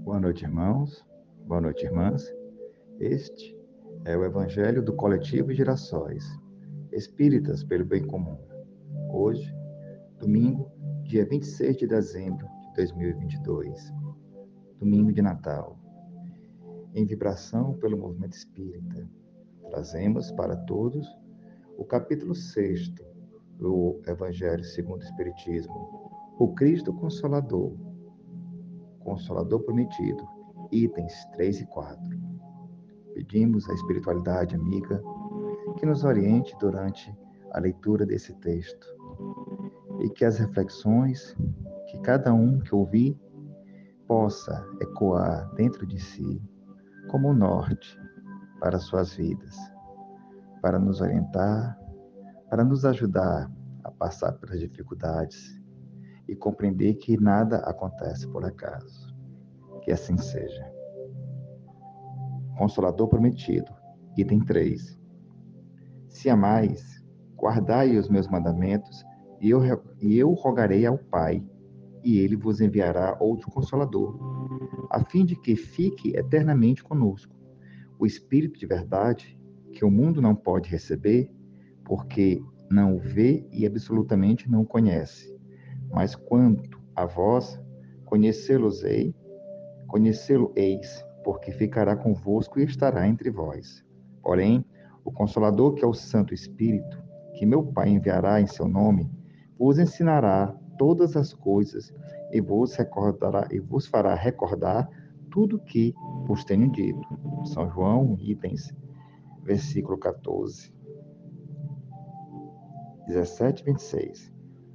Boa noite, irmãos. Boa noite, irmãs. Este é o Evangelho do Coletivo Girassóis, Espíritas pelo Bem Comum. Hoje, domingo, dia 26 de dezembro de 2022, domingo de Natal. Em vibração pelo movimento espírita, trazemos para todos o capítulo 6 do Evangelho segundo o Espiritismo, o Cristo Consolador, Consolador Prometido, itens 3 e 4. Pedimos à espiritualidade amiga que nos oriente durante a leitura desse texto e que as reflexões que cada um que ouvir possa ecoar dentro de si como um norte para suas vidas, para nos orientar, para nos ajudar a passar pelas dificuldades e compreender que nada acontece por acaso. Que assim seja. Consolador Prometido, item 3. Se amais, guardai os meus mandamentos, e eu rogarei ao Pai, e ele vos enviará outro Consolador, a fim de que fique eternamente conosco, o Espírito de verdade, que o mundo não pode receber, porque não o vê e absolutamente não o conhece. Mas quanto a vós, conhecê-lo-eis, porque ficará convosco e estará entre vós. Porém, o Consolador, que é o Santo Espírito, que meu Pai enviará em seu nome, vos ensinará todas as coisas e vos fará recordar tudo o que vos tenho dito. São João, itens, versículo 14, 17 e 26.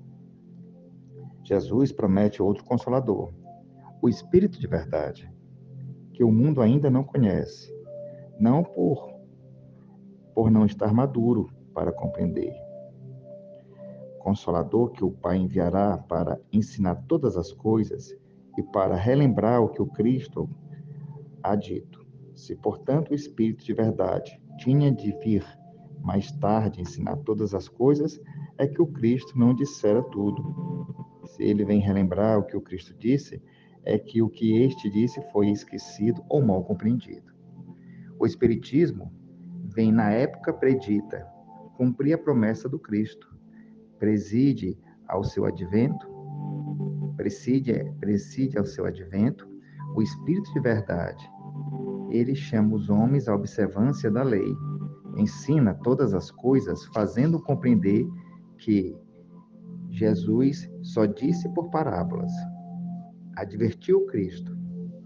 Jesus promete outro Consolador, o Espírito de verdade, que o mundo ainda não conhece, não por não estar maduro para compreender. Consolador que o Pai enviará para ensinar todas as coisas e para relembrar o que o Cristo há dito. Se, portanto, o Espírito de verdade tinha de vir mais tarde ensinar todas as coisas, é que o Cristo não dissera tudo. Se ele vem relembrar o que o Cristo disse, é que o que este disse foi esquecido ou mal compreendido. O Espiritismo vem na época predita, cumprir a promessa do Cristo, preside ao seu advento, preside ao seu advento o Espírito de verdade. Ele chama os homens à observância da lei, ensina todas as coisas, fazendo compreender que Jesus só disse por parábolas. Advertiu Cristo: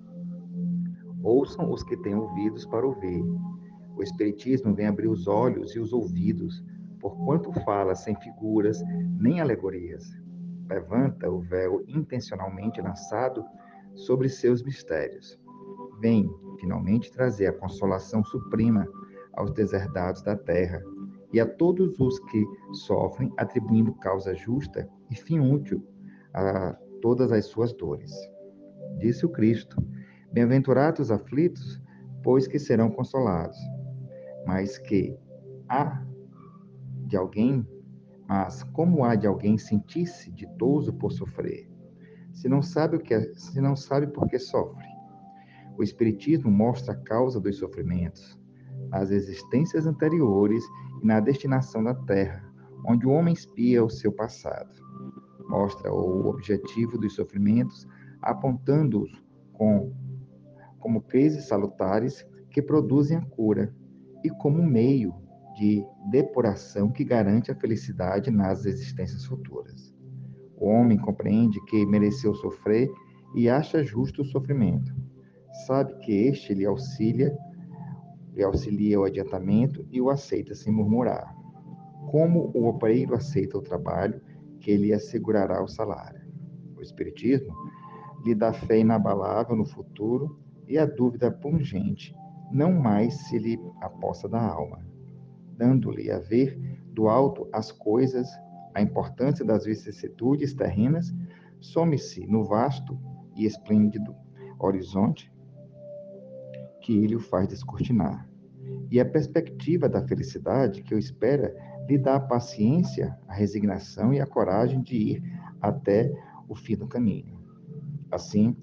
ouçam os que têm ouvidos para ouvir. O Espiritismo vem abrir os olhos e os ouvidos, porquanto fala sem figuras nem alegorias. Levanta o véu intencionalmente lançado sobre seus mistérios. Vem, finalmente, trazer a consolação suprema aos deserdados da terra e a todos os que sofrem, atribuindo causa justa e fim útil a todas as suas dores. Disse o Cristo: bem-aventurados os aflitos, pois que serão consolados. Mas que há de alguém, mas como há de alguém sentir-se ditoso por sofrer, se não sabe por que sofre? O Espiritismo mostra a causa dos sofrimentos, nas existências anteriores e na destinação da Terra, onde o homem espia o seu passado. Mostra o objetivo dos sofrimentos, apontando-os como crises salutares que produzem a cura e como meio de depuração que garante a felicidade nas existências futuras. O homem compreende que mereceu sofrer e acha justo o sofrimento. Sabe que este lhe auxilia o adiantamento e o aceita sem murmurar. Como o obreiro aceita o trabalho que lhe assegurará o salário. O Espiritismo lhe dá fé inabalável no futuro e a dúvida pungente não mais se lhe aposta da alma, dando-lhe a ver do alto as coisas, a importância das vicissitudes terrenas, some-se no vasto e esplêndido horizonte que ele o faz descortinar. E a perspectiva da felicidade que o espera lhe dá a paciência, a resignação e a coragem de ir até o fim do caminho. Assim,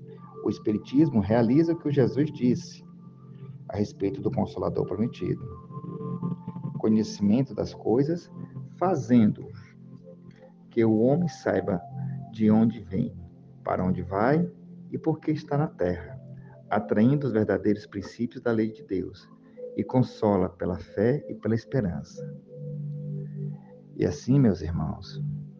o Espiritismo realiza o que o Jesus disse a respeito do Consolador prometido. Conhecimento das coisas, fazendo que o homem saiba de onde vem, para onde vai e por que está na terra, atraindo os verdadeiros princípios da lei de Deus, e consola pela fé e pela esperança. E assim, meus irmãos,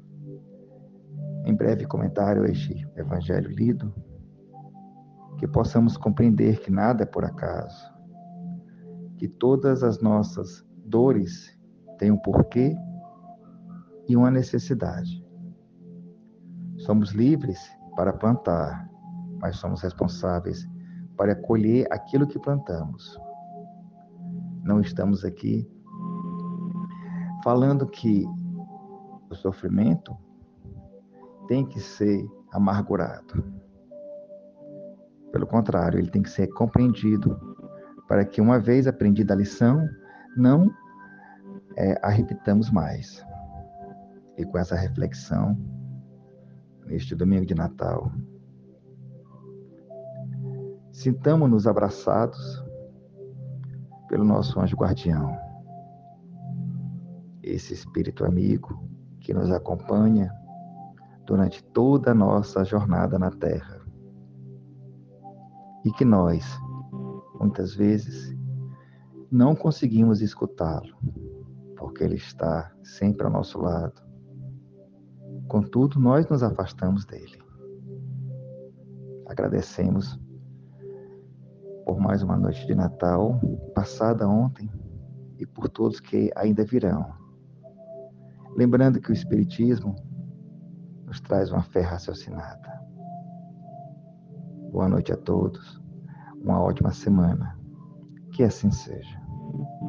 em breve comentário a este evangelho lido, que possamos compreender que nada é por acaso, que todas as nossas dores têm um porquê e uma necessidade. Somos livres para plantar, mas somos responsáveis para colher aquilo que plantamos. Não estamos aqui falando que o sofrimento tem que ser amargurado. Pelo contrário, ele tem que ser compreendido para que, uma vez aprendida a lição, não a repitamos mais. E com essa reflexão, neste domingo de Natal, sintamo-nos abraçados pelo nosso anjo guardião, esse espírito amigo que nos acompanha durante toda a nossa jornada na Terra. E que nós, muitas vezes, não conseguimos escutá-lo, porque ele está sempre ao nosso lado. Contudo, nós nos afastamos dele. Agradecemos por mais uma noite de Natal, passada ontem, e por todos que ainda virão. Lembrando que o Espiritismo nos traz uma fé raciocinada. Boa noite a todos, uma ótima semana. Que assim seja.